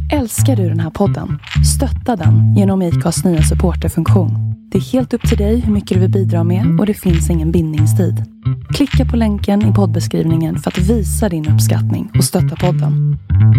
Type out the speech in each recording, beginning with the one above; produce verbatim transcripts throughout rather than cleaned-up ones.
Älskar du den här podden? Stötta den genom I C A:s nya supporterfunktion. Det är helt upp till dig hur mycket du vill bidra med och det finns ingen bindningstid. Klicka på länken i poddbeskrivningen för att visa din uppskattning och stötta podden.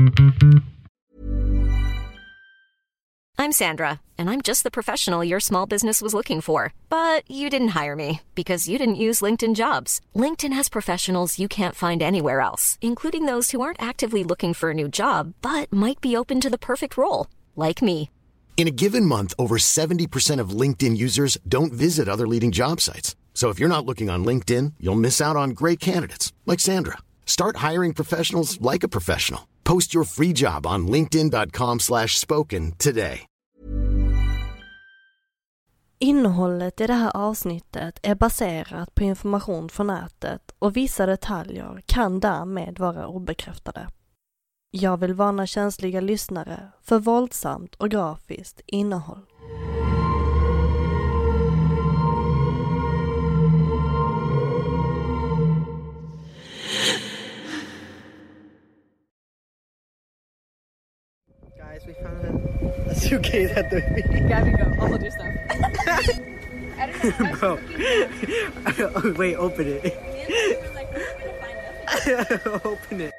I'm Sandra, and I'm just the professional your small business was looking for. But you didn't hire me because you didn't use LinkedIn Jobs. LinkedIn has professionals you can't find anywhere else, including those who aren't actively looking for a new job, but might be open to the perfect role, like me. In a given month, over seventy percent of LinkedIn users don't visit other leading job sites. So if you're not looking on LinkedIn, you'll miss out on great candidates like Sandra. Start hiring professionals like a professional. Post your free job on linkedin dot com slash spoken today. Innehållet i det här avsnittet är baserat på information från nätet och vissa detaljer kan därmed vara obekräftade. Jag vill varna känsliga lyssnare för våldsamt och grafiskt innehåll. Guys, we found a, a suitcase at the beach. Gabby, go. I'll hold your stuff. I don't know. Bro. Oh, wait, open it. Open it.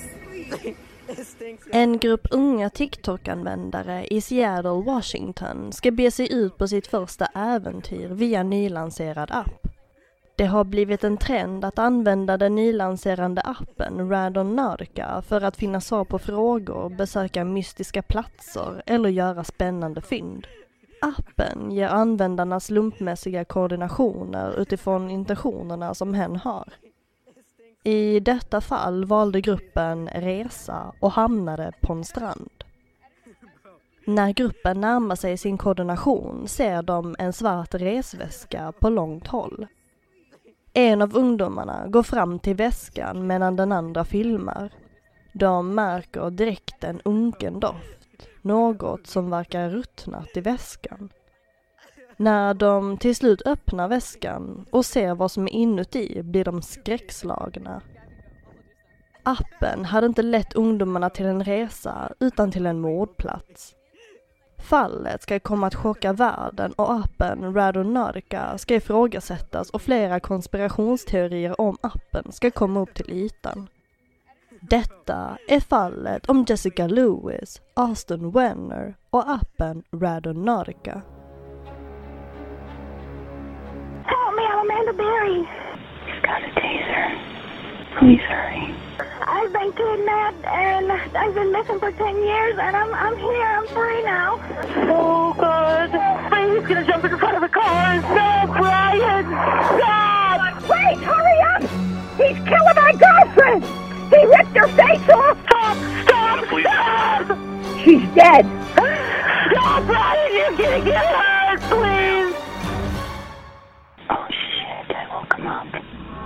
En grupp unga TikTok-användare i Seattle, Washington ska be sig ut på sitt första äventyr via nylanserad app. Det har blivit en trend att använda den nylanserande appen Randonautica för att finna svar på frågor, besöka mystiska platser eller göra spännande fynd. Appen ger användarna slumpmässiga koordinationer utifrån intentionerna som hen har. I detta fall valde gruppen resa och hamnade på en strand. När gruppen närmar sig sin koordination ser de en svart resväska på långt håll. En av ungdomarna går fram till väskan medan den andra filmar. De märker direkt en unken doft, något som verkar ruttnat i väskan. När de till slut öppnar väskan och ser vad som är inuti blir de skräckslagna. Appen hade inte lett ungdomarna till en resa utan till en mordplats. Fallet ska komma att chocka världen och appen Randonautica ska ifrågasättas och flera konspirationsteorier om appen ska komma upp till ytan. Detta är fallet om Jessica Lewis, Austin Wenner och appen Randonautica. Help me, I'm Amanda Berry. He's got a taser. Please hurry. I've been kidnapped and I've been missing for ten years and I'm I'm here, I'm free now. Oh God. He's gonna jump in front of the car. No, Brian! Stop! Wait, hurry up! He's killing my girlfriend! He ripped her face off! Stop! Stop! Stop! She's dead! Stop, Brian! You're gonna get hurt, please! Oh shit, I woke him up.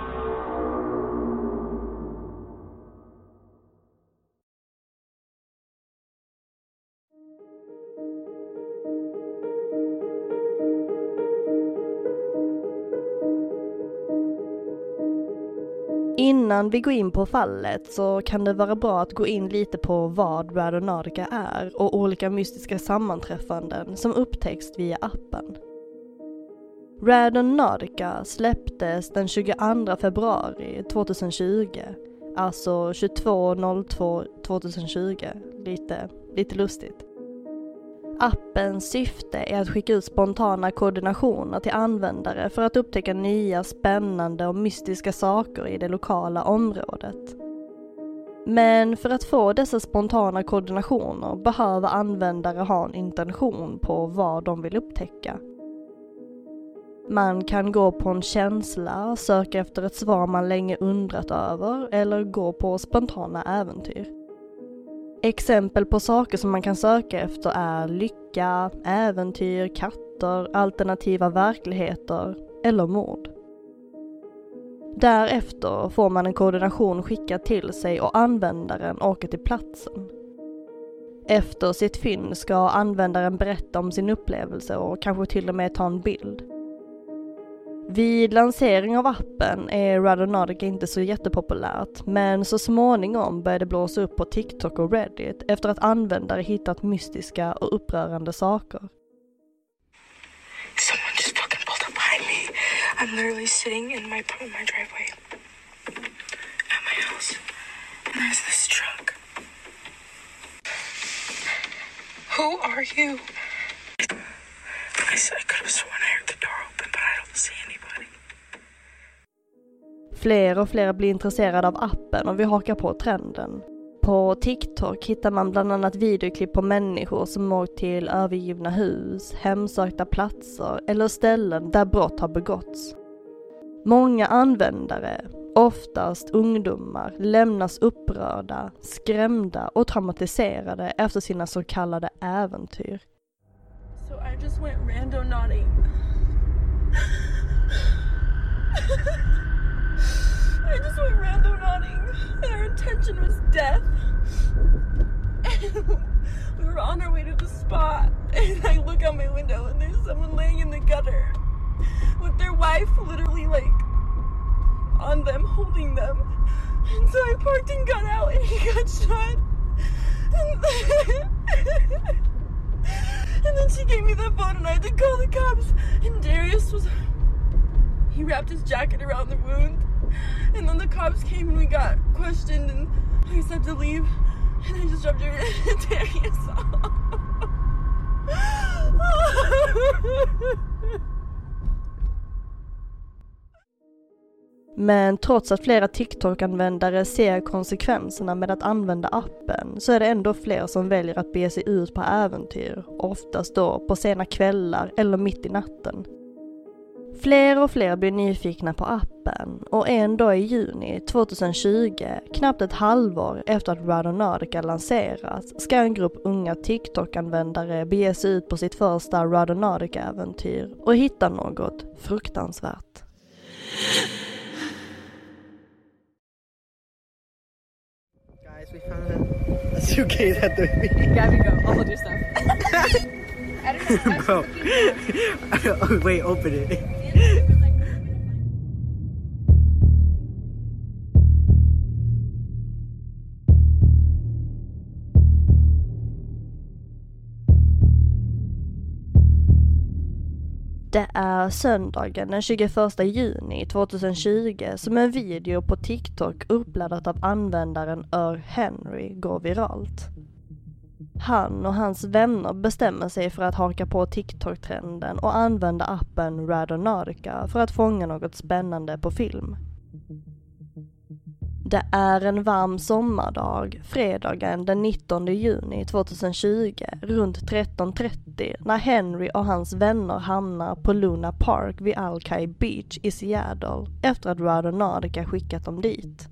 Innan vi går in på fallet så kan det vara bra att gå in lite på vad Randonautica är och olika mystiska sammanträffanden som upptäcks via appen. Randonautica släpptes den tjugoandra februari tjugohundratjugo, alltså tjugotvå två tjugohundratjugo, lite, lite lustigt. Appens syfte är att skicka ut spontana koordinationer till användare för att upptäcka nya, spännande och mystiska saker i det lokala området. Men för att få dessa spontana koordinationer behöver användare ha en intention på vad de vill upptäcka. Man kan gå på en känsla, söka efter ett svar man länge undrat över eller gå på spontana äventyr. Exempel på saker som man kan söka efter är lycka, äventyr, katter, alternativa verkligheter eller mord. Därefter får man en koordination skickad till sig och användaren åker till platsen. Efter sitt fynd ska användaren berätta om sin upplevelse och kanske till och med ta en bild. Vid lansering av appen är Randonautica inte så jättepopulärt, men så småningom började det blåsa upp på TikTok och Reddit efter att användare hittat mystiska och upprörande saker. Someone just fucking pulled up behind me. I'm literally sitting in my my driveway at my house, and there's this truck. Who are you? I said I could have sworn I heard the door open, but I don't see anybody. Fler och fler blir intresserade av appen och vi hakar på trenden. På TikTok hittar man bland annat videoklipp på människor som åkt till övergivna hus, hemsökta platser eller ställen där brott har begåtts. Många användare, oftast ungdomar, lämnas upprörda, skrämda och traumatiserade efter sina så kallade äventyr. So I just went randonauting. I just went randonauting, and our intention was death. And we were on our way to the spot, and I look out my window, and there's someone laying in the gutter with their wife literally, like, on them, holding them. And so I parked and got out, and he got shot. And then, and then she gave me the phone, and I had to call the cops. And Darius was, he wrapped his jacket around the wound. And then the cops came and we got questioned and I said to leave and I just dropped her to Darius off. Men trots att flera TikTok-användare ser konsekvenserna med att använda appen så är det ändå fler som väljer att bege sig ut på äventyr, oftast då på sena kvällar eller mitt i natten. Fler och fler blir nyfikna på appen och en dag i juni tjugohundratjugo, knappt ett halvår efter att Randonautica lanseras, ska en grupp unga TikTok-användare bege sig ut på sitt första Randonautica-äventyr och hitta något fruktansvärt. Guys, we found a suitcase at the Gabby, go. I'll hold your stuff. I don't know. Bro. Oh, wait, open it. Det är söndagen den tjugoförsta juni tjugohundratjugo som en video på TikTok uppladdat av användaren Earl Henry går viralt. Han och hans vänner bestämmer sig för att haka på TikTok-trenden och använda appen Randonautica för att fånga något spännande på film. Det är en varm sommardag, fredagen den nittonde juni tjugohundratjugo, runt tretton trettio, när Henry och hans vänner hamnar på Luna Park vid Alki Beach i Seattle efter att Randonautica skickat dem dit.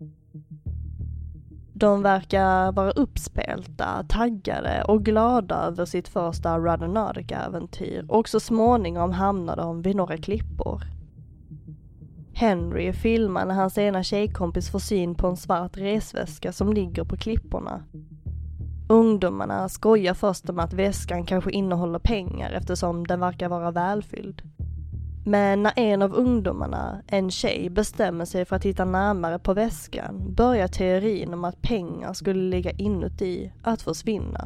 De verkar vara uppspelta, taggade och glada över sitt första Randonautica-äventyr och så småningom hamnar de vid några klippor. Henry filmar när hans ena tjejkompis får syn på en svart resväska som ligger på klipporna. Ungdomarna skojar först om att väskan kanske innehåller pengar eftersom den verkar vara välfylld. Men när en av ungdomarna, en tjej, bestämmer sig för att titta närmare på väskan börjar teorin om att pengar skulle ligga inuti att försvinna.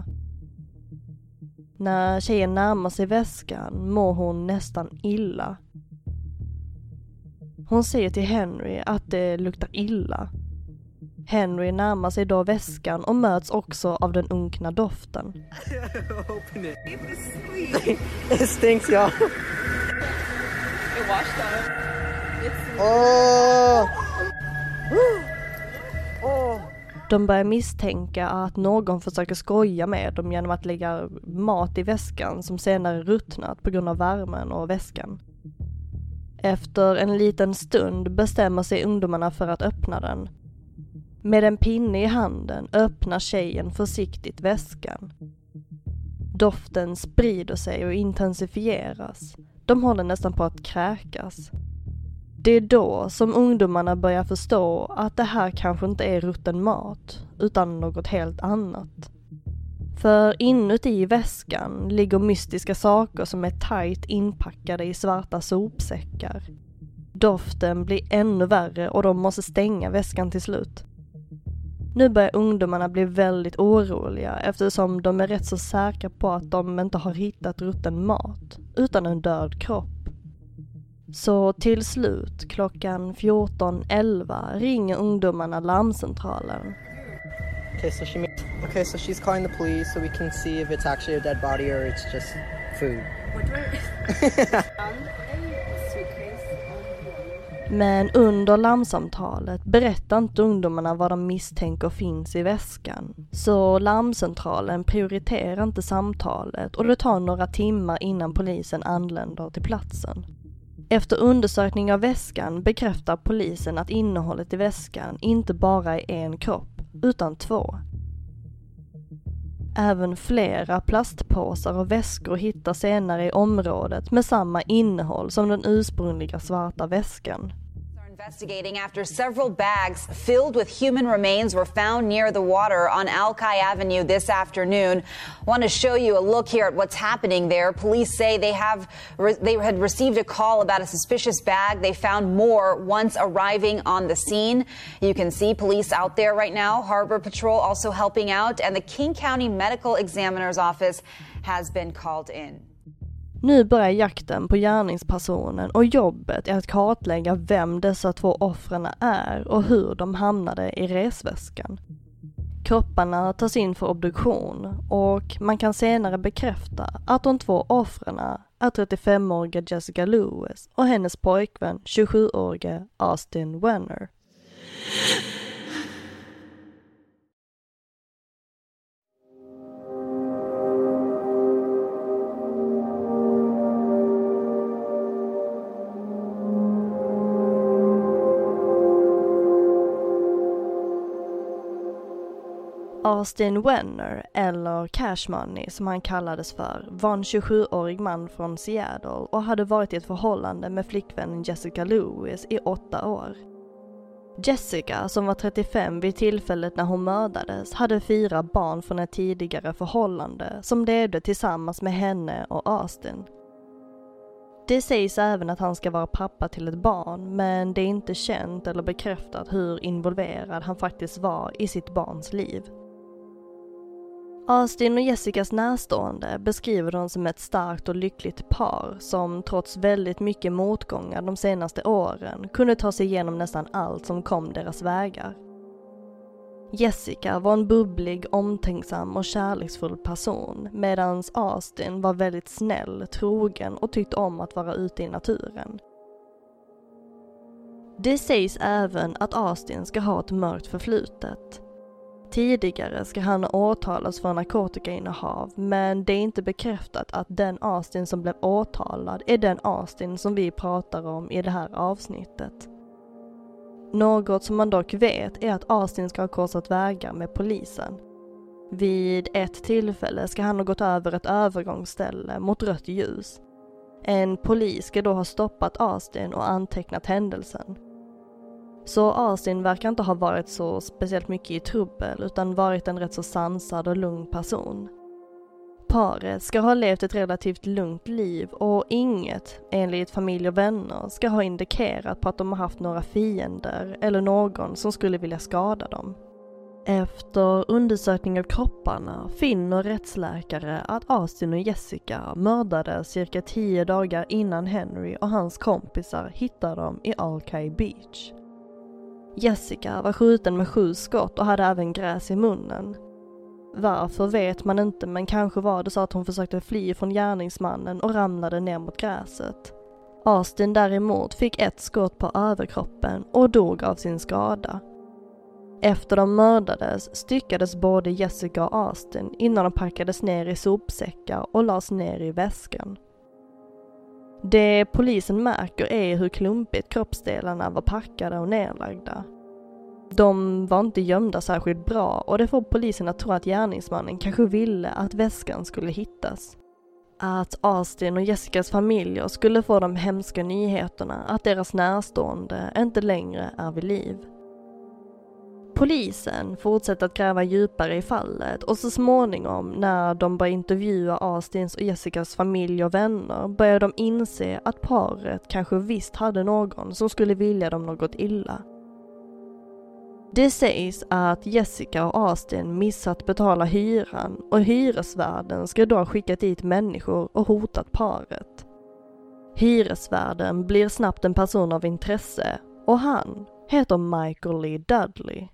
När tjejen närmar sig väskan mår hon nästan illa. Hon säger till Henry att det luktar illa. Henry närmar sig då väskan och möts också av den unkna doften. Open it. It stinks, y'all. It washed out. It's Oh! Oh! De börjar misstänka att någon försöker skoja med dem genom att lägga mat i väskan som senare ruttnat på grund av värmen och väskan. Efter en liten stund bestämmer sig ungdomarna för att öppna den. Med en pinne i handen öppnar tjejen försiktigt väskan. Doften sprider sig och intensifieras. De håller nästan på att kräkas. Det är då som ungdomarna börjar förstå att det här kanske inte är rutten mat, utan något helt annat. För inuti väskan ligger mystiska saker som är tajt inpackade i svarta sopsäckar. Doften blir ännu värre och de måste stänga väskan till slut. Nu börjar ungdomarna bli väldigt oroliga eftersom de är rätt så säkra på att de inte har hittat rutten mat utan en död kropp. Så till slut, klockan fjorton elva, ringer ungdomarna larmcentralen. Okay, so she made, okay, so she's calling the police so we can see if it's actually a dead body or it's just food. Men under larmsamtalet berättar inte ungdomarna vad de misstänker finns i väskan. Så larmcentralen prioriterar inte samtalet och det tar några timmar innan polisen anländer till platsen. Efter undersökning av väskan bekräftar polisen att innehållet i väskan inte bara är en kropp, utan två. Även flera plastpåsar och väskor hittas senare i området med samma innehåll som den ursprungliga svarta väskan. Investigating after several bags filled with human remains were found near the water on Alki Avenue this afternoon. I want to show you a look here at what's happening there. Police say they have they had received a call about a suspicious bag. They found more once arriving on the scene. You can see police out there right now. Harbor Patrol also helping out, and the King County Medical Examiner's Office has been called in. Nu börjar jakten på gärningspersonen och jobbet är att kartlägga vem dessa två offren är och hur de hamnade i resväskan. Kropparna tas in för obduktion och man kan senare bekräfta att de två offren är trettiofemåriga Jessica Lewis och hennes pojkvän tjugosjuårige Austin Wenner. Austin Wenner, eller Cash Money som han kallades för, var en tjugosjuårig man från Seattle och hade varit i ett förhållande med flickvännen Jessica Lewis i åtta år. Jessica, som var trettiofem vid tillfället när hon mördades, hade fyra barn från ett tidigare förhållande som levde tillsammans med henne och Austin. Det sägs även att han ska vara pappa till ett barn, men det är inte känt eller bekräftat hur involverad han faktiskt var i sitt barns liv. Austin och Jessicas närstående beskriver dem som ett starkt och lyckligt par som trots väldigt mycket motgångar de senaste åren kunde ta sig igenom nästan allt som kom deras vägar. Jessica var en bubblig, omtänksam och kärleksfull person, medan Austin var väldigt snäll, trogen och tyckte om att vara ute i naturen. Det sägs även att Austin ska ha ett mörkt förflutet. Tidigare ska han åtalas för narkotikainnehav, men det är inte bekräftat att den Austin som blev åtalad är den Austin som vi pratar om i det här avsnittet. Något som man dock vet är att Austin ska ha korsat vägar med polisen. Vid ett tillfälle ska han ha gått över ett övergångsställe mot rött ljus. En polis ska då ha stoppat Austin och antecknat händelsen. Så Austin verkar inte ha varit så speciellt mycket i trubbel utan varit en rätt så sansad och lugn person. Paret ska ha levt ett relativt lugnt liv och inget, enligt familj och vänner, ska ha indikerat på att de har haft några fiender eller någon som skulle vilja skada dem. Efter undersökning av kropparna finner rättsläkare att Austin och Jessica mördades cirka tio dagar innan Henry och hans kompisar hittade dem i Alki Beach. Jessica var skjuten med sju skott och hade även gräs i munnen. Varför vet man inte, men kanske var det så att hon försökte fly från gärningsmannen och ramlade ner mot gräset. Austin däremot fick ett skott på överkroppen och dog av sin skada. Efter de mördades styckades både Jessica och Austin innan de packades ner i sopsäckar och lades ner i väskan. Det polisen märker är hur klumpigt kroppsdelarna var packade och nedlagda. De var inte gömda särskilt bra och det får polisen att tro att gärningsmannen kanske ville att väskan skulle hittas. Att Austin och Jessicas familjer skulle få de hemska nyheterna att deras närstående inte längre är vid liv. Polisen fortsätter att gräva djupare i fallet och så småningom när de börjar intervjua Austins och Jessicas familj och vänner börjar de inse att paret kanske visst hade någon som skulle vilja dem något illa. Det sägs att Jessica och Austin missat betala hyran och hyresvärden ska då ha skickat dit människor och hotat paret. Hyresvärden blir snabbt en person av intresse och han heter Michael Lee Dudley.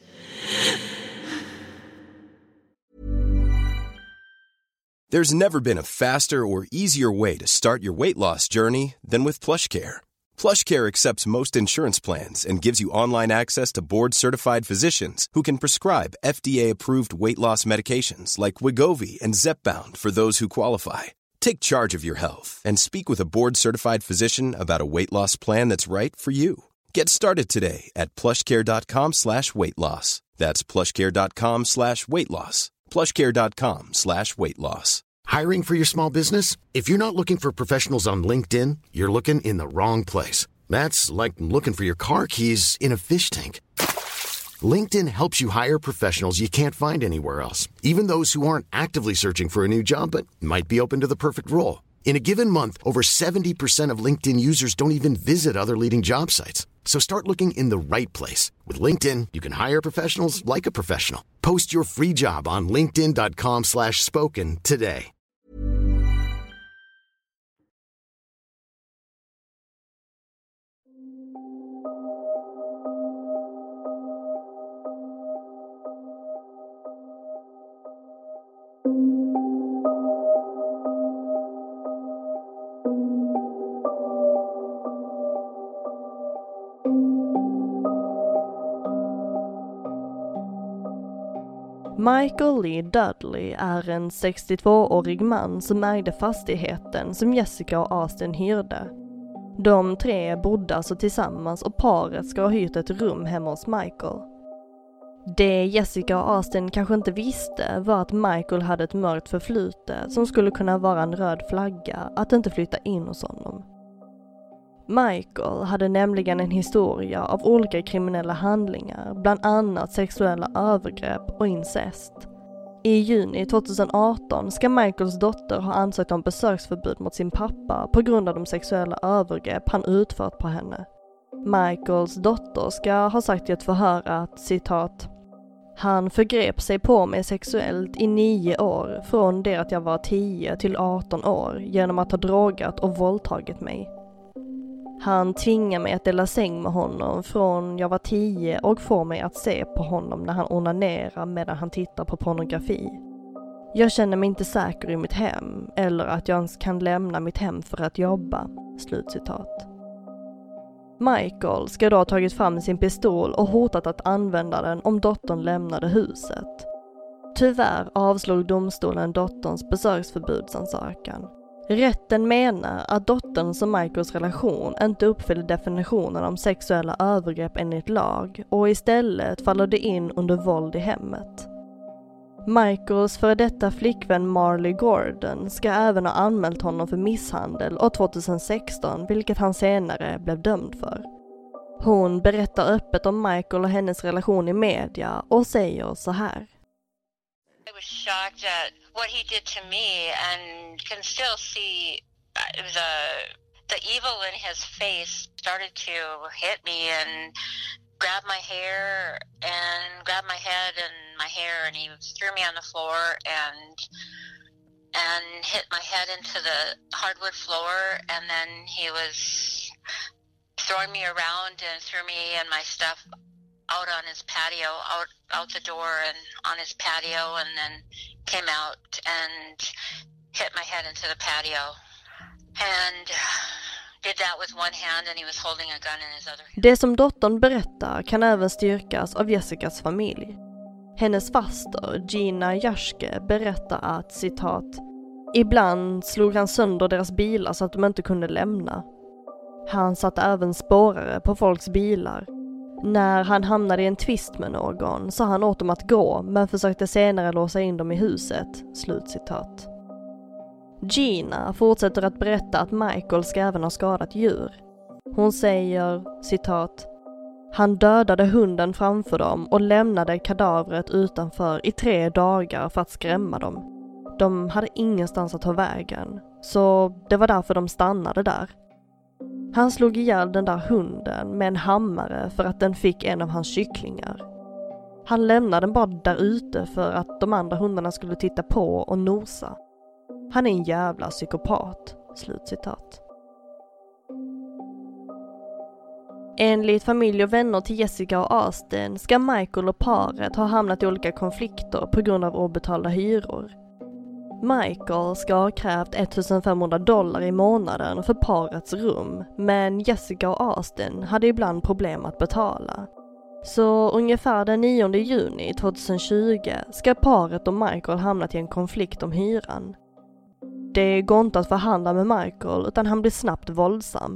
There's never been a faster or easier way to start your weight loss journey than with PlushCare. PlushCare accepts most insurance plans and gives you online access to board-certified physicians who can prescribe F D A-approved weight loss medications like Wegovy and Zepbound for those who qualify. Take charge of your health and speak with a board-certified physician about a weight loss plan that's right for you. Get started today at plushcare.com slash weight loss. That's plushcare.com slash weight loss. plushcare.com slash weight loss. Hiring for your small business? If you're not looking for professionals on LinkedIn, you're looking in the wrong place. That's like looking for your car keys in a fish tank. LinkedIn helps you hire professionals you can't find anywhere else, even those who aren't actively searching for a new job but might be open to the perfect role. In a given month, over seventy percent of LinkedIn users don't even visit other leading job sites. So start looking in the right place. With LinkedIn, you can hire professionals like a professional. Post your free job on linkedin.com slash spoken today. Michael Lee Dudley är en sextiotvåårig man som ägde fastigheten som Jessica och Austin hyrde. De tre bodde alltså tillsammans och paret ska ha hyrt ett rum hemma hos Michael. Det Jessica och Austin kanske inte visste var att Michael hade ett mörkt förflutet som skulle kunna vara en röd flagga att inte flytta in hos honom. Michael hade nämligen en historia av olika kriminella handlingar, bland annat sexuella övergrepp och incest. I juni tjugoarton ska Michaels dotter ha ansökt om besöksförbud mot sin pappa på grund av de sexuella övergrepp han utfört på henne. Michaels dotter ska ha sagt i ett förhör att, citat, han förgrep sig på mig sexuellt i nio år från det att jag var tio till arton år genom att ha drogat och våldtagit mig. Han tvingar mig att dela säng med honom från jag var tio och får mig att se på honom när han onanerar medan han tittar på pornografi. Jag känner mig inte säker i mitt hem eller att jag ens kan lämna mitt hem för att jobba. Slutcitat. Michael ska då ha tagit fram sin pistol och hotat att använda den om dottern lämnade huset. Tyvärr avslog domstolen dotterns besöksförbudsansökan. Rätten menar att dotterns och Michaels relation inte uppfyller definitionen om sexuella övergrepp enligt lag och istället faller det in under våld i hemmet. Michaels före detta flickvän Marley Gordon ska även ha anmält honom för misshandel år tjugohundrasexton, vilket han senare blev dömd för. Hon berättar öppet om Michael och hennes relation i media och säger så här. I was shocked at what he did to me and can still see the the evil in his face. Started to hit me and grab my hair and grab my head and my hair, and he threw me on the floor and and hit my head into the hardwood floor, and then he was throwing me around and threw me and my stuff out on his patio, out out the door and on his patio, and then came out and hit my head into the patio and did that with one hand, and he was holding a gun in his other hand. Det som dottern berättar kan även styrkas av Jessicas familj. Hennes faster, Gina Jaschke, berättar att, citat, ibland slog han sönder deras bilar så att de inte kunde lämna. Han satte även spårare på folks bilar. När han hamnade i en tvist med någon sa han åt dem att gå men försökte senare låsa in dem i huset. Slutcitat. Gina fortsätter att berätta att Michael ska även ha skadat djur. Hon säger, citat, Han dödade hunden framför dem och lämnade kadavret utanför i tre dagar för att skrämma dem. De hade ingenstans att ta vägen, så det var därför de stannade där. Han slog ihjäl den där hunden med en hammare för att den fick en av hans kycklingar. Han lämnade den bara där ute för att de andra hundarna skulle titta på och nosa. Han är en jävla psykopat. Slutcitat. Enligt familj och vänner till Jessica och Austin ska Michael och paret ha hamnat i olika konflikter på grund av obetalda hyror. Michael ska ha krävt ettusenfemhundra dollar i månaden för parets rum, men Jessica och Austin hade ibland problem att betala. Så ungefär den nionde juni tjugohundratjugo ska paret och Michael hamnat i en konflikt om hyran. Det går inte att förhandla med Michael utan han blir snabbt våldsam.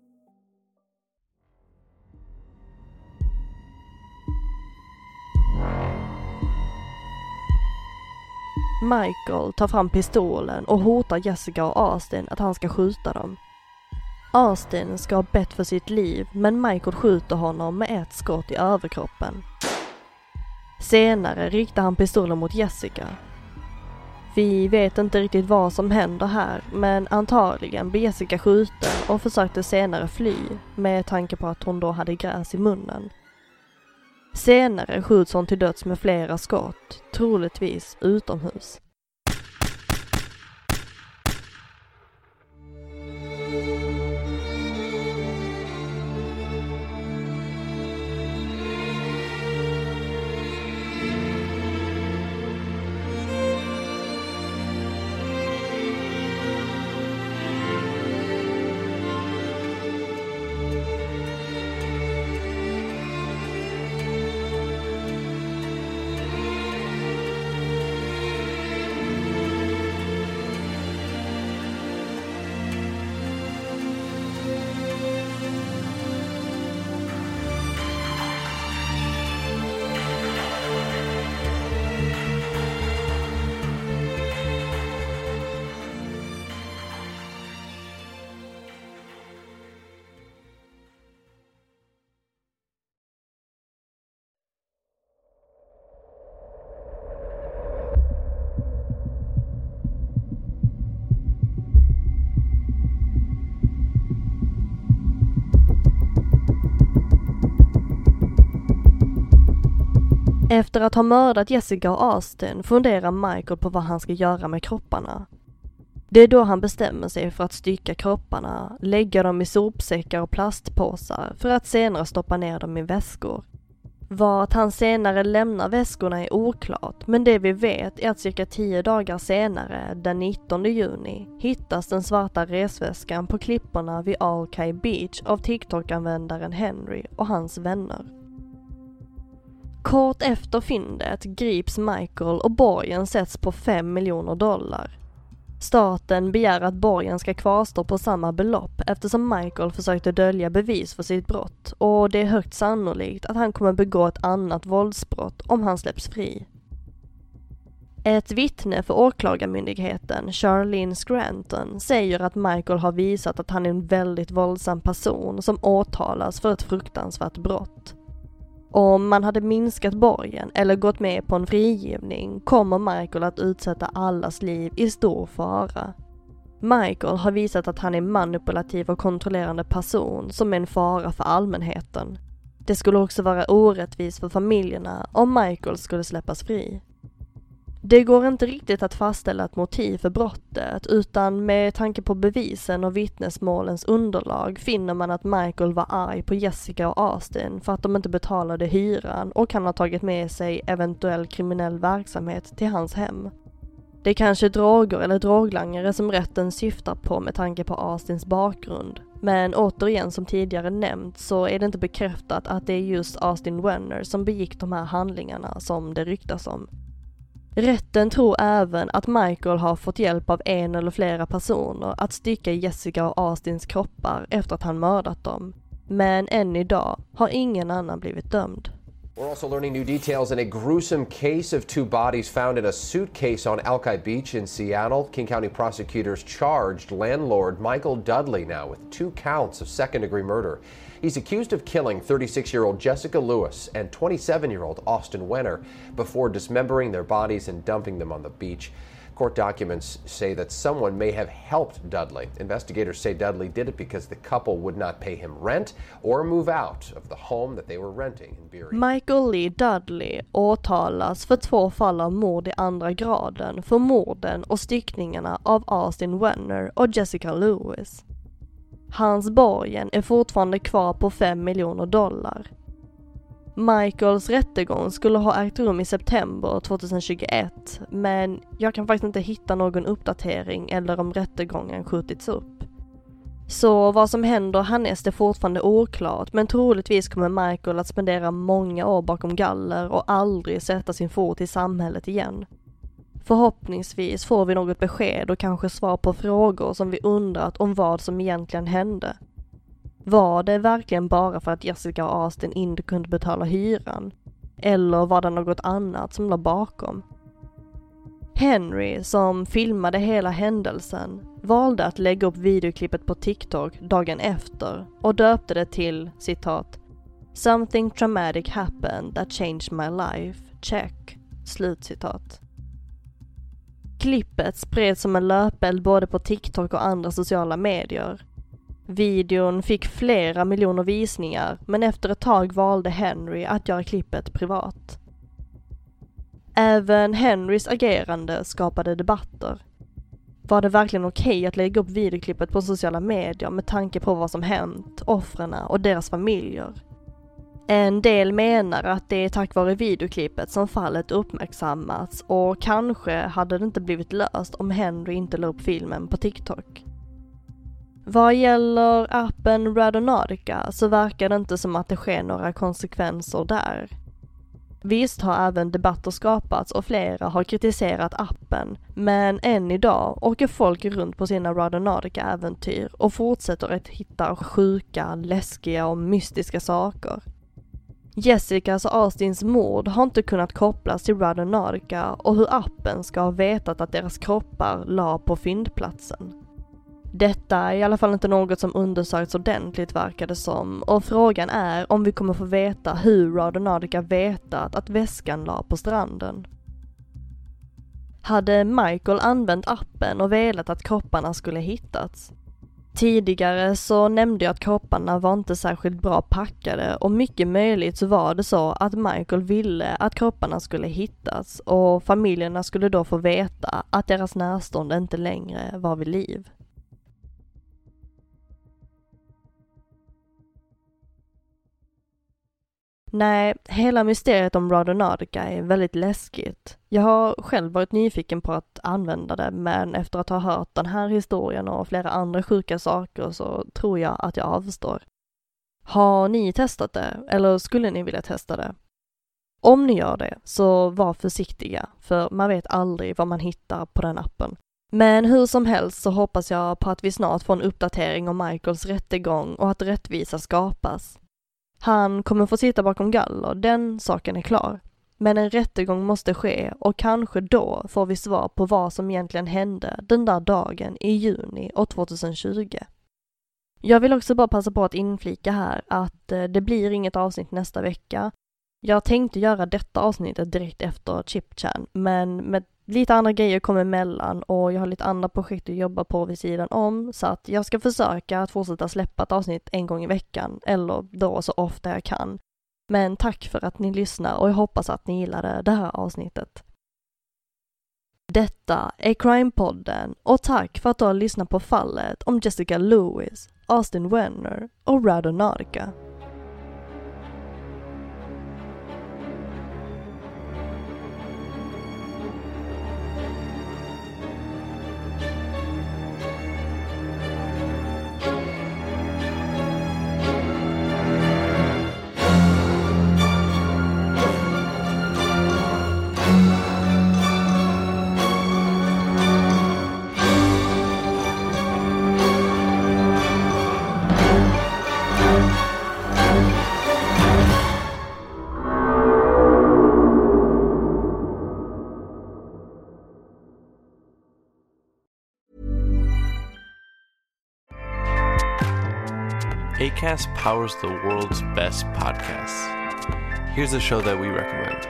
Michael tar fram pistolen och hotar Jessica och Austin att han ska skjuta dem. Austin ska ha bett för sitt liv, men Michael skjuter honom med ett skott i överkroppen. Senare riktar han pistolen mot Jessica. Vi vet inte riktigt vad som händer här, men antagligen blev Jessica skjuten och försökte senare fly med tanke på att hon då hade gräs i munnen. Senare skjuts hon till döds med flera skott, troligtvis utomhus. Efter att ha mördat Jessica och Austin funderar Michael på vad han ska göra med kropparna. Det är då han bestämmer sig för att stycka kropparna, lägga dem i sopsäckar och plastpåsar för att senare stoppa ner dem i väskor. Vad att han senare lämnar väskorna är oklart, men det vi vet är att cirka tio dagar senare, den nittonde juni, hittas den svarta resväskan på klipporna vid Alki Beach av TikTok-användaren Henry och hans vänner. Kort efter fyndet grips Michael och borgen sätts på fem miljoner dollar. Staten begär att borgen ska kvarstå på samma belopp eftersom Michael försökte dölja bevis för sitt brott och det är högt sannolikt att han kommer begå ett annat våldsbrott om han släpps fri. Ett vittne för åklagarmyndigheten, Charlene Scranton, säger att Michael har visat att han är en väldigt våldsam person som åtalas för ett fruktansvärt brott. Om man hade minskat borgen eller gått med på en frigivning kommer Michael att utsätta allas liv i stor fara. Michael har visat att han är manipulativ och kontrollerande person som är en fara för allmänheten. Det skulle också vara orättvist för familjerna om Michael skulle släppas fri. Det går inte riktigt att fastställa ett motiv för brottet utan med tanke på bevisen och vittnesmålens underlag finner man att Michael var arg på Jessica och Austin för att de inte betalade hyran och kan ha tagit med sig eventuell kriminell verksamhet till hans hem. Det är kanske droger eller droglangare som rätten syftar på med tanke på Austins bakgrund. Men återigen som tidigare nämnt så är det inte bekräftat att det är just Austin Wenner som begick de här handlingarna som det ryktas om. Rätten tror även att Michael har fått hjälp av en eller flera personer att stycka Jessica och Austins kroppar efter att han mördat dem. Men än idag har ingen annan blivit dömd. We're also learning new details in a gruesome case of two bodies found in a suitcase on Alki Beach in Seattle. King County prosecutors charged landlord Michael Dudley now with two counts of second-degree murder. He's accused of killing thirty-six-year-old Jessica Lewis and twenty-seven-year-old Austin Wenner before dismembering their bodies and dumping them on the beach. Court documents say that someone may have helped Dudley. Investigators say Dudley did it because the couple would not pay him rent or move out of the home that they were renting in Beery. Michael Lee Dudley åtalas för två fall av mord i andra graden för morden och styckningarna av Austin Wenner och Jessica Lewis. Hans borgen är fortfarande kvar på fem miljoner dollar. Michaels rättegång skulle ha ägt rum i september tjugohundratjugoett, men jag kan faktiskt inte hitta någon uppdatering eller om rättegången skjutits upp. Så vad som händer härnäst är fortfarande oklart, men troligtvis kommer Michael att spendera många år bakom galler och aldrig sätta sin fot i samhället igen. Förhoppningsvis får vi något besked och kanske svar på frågor som vi undrat om vad som egentligen hände. Var det verkligen bara för att Jessica och Austin inte kunde betala hyran? Eller var det något annat som låg bakom? Henry, som filmade hela händelsen, valde att lägga upp videoklippet på TikTok dagen efter och döpte det till, citat, "Something traumatic happened that changed my life, check", slutcitat. Klippet spreds som en löpeld både på TikTok och andra sociala medier. Videon fick flera miljoner visningar, men efter ett tag valde Henry att göra klippet privat. Även Henrys agerande skapade debatter. Var det verkligen okej att lägga upp videoklippet på sociala medier med tanke på vad som hänt, offren och deras familjer? En del menar att det är tack vare videoklippet som fallet uppmärksammats och kanske hade det inte blivit löst om Henry inte la upp filmen på TikTok. Vad gäller appen Radonautica så verkar det inte som att det sker några konsekvenser där. Visst har även debatter skapats och flera har kritiserat appen, men än idag åker folk runt på sina Radonautica-äventyr och fortsätter att hitta sjuka, läskiga och mystiska saker. Jessicas och Austins mord har inte kunnat kopplas till Radonautica och hur appen ska ha vetat att deras kroppar la på fyndplatsen. Detta är i alla fall inte något som undersökts ordentligt, verkar det som, och frågan är om vi kommer få veta hur Radonautica vetat att väskan la på stranden. Hade Michael använt appen och velat att kropparna skulle hittats? Tidigare så nämnde jag att kropparna var inte särskilt bra packade och mycket möjligt så var det så att Michael ville att kropparna skulle hittas och familjerna skulle då få veta att deras närstående inte längre var vid liv. Nej, hela mysteriet om Radonautica är väldigt läskigt. Jag har själv varit nyfiken på att använda det, men efter att ha hört den här historien och flera andra sjuka saker så tror jag att jag avstår. Har ni testat det, eller skulle ni vilja testa det? Om ni gör det, så var försiktiga, för man vet aldrig vad man hittar på den appen. Men hur som helst så hoppas jag på att vi snart får en uppdatering om Michaels rättegång och att rättvisa skapas. Han kommer få sitta bakom galler, den saken är klar. Men en rättegång måste ske och kanske då får vi svar på vad som egentligen hände den där dagen i juni år tjugohundratjugo. Jag vill också bara passa på att inflika här att det blir inget avsnitt nästa vecka. Jag tänkte göra detta avsnittet direkt efter Chipchan, men med lite andra grejer kommer emellan och jag har lite andra projekt att jobba på vid sidan om, så att jag ska försöka att fortsätta släppa ett avsnitt en gång i veckan eller då så ofta jag kan. Men tack för att ni lyssnar och jag hoppas att ni gillade det här avsnittet. Detta är Crime-podden och tack för att du har lyssnat på fallet om Jessica Lewis, Austin Wenner och Radonautica. Acast powers the world's best podcasts. Here's a show that we recommend.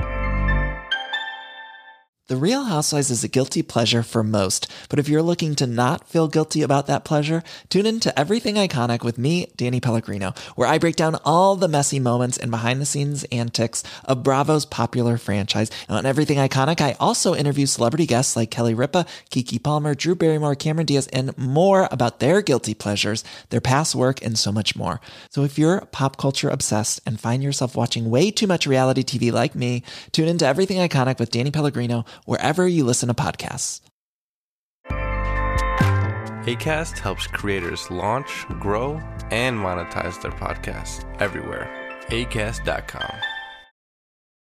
The Real Housewives is a guilty pleasure for most, but if you're looking to not feel guilty about that pleasure, tune in to Everything Iconic with me, Danny Pellegrino, where I break down all the messy moments and behind-the-scenes antics of Bravo's popular franchise. And on Everything Iconic, I also interview celebrity guests like Kelly Ripa, Keke Palmer, Drew Barrymore, Cameron Diaz, and more about their guilty pleasures, their past work, and so much more. So if you're pop culture obsessed and find yourself watching way too much reality T V like me, tune in to Everything Iconic with Danny Pellegrino, wherever you listen to podcasts. Acast helps creators launch, grow, and monetize their podcasts everywhere. Acast dot com.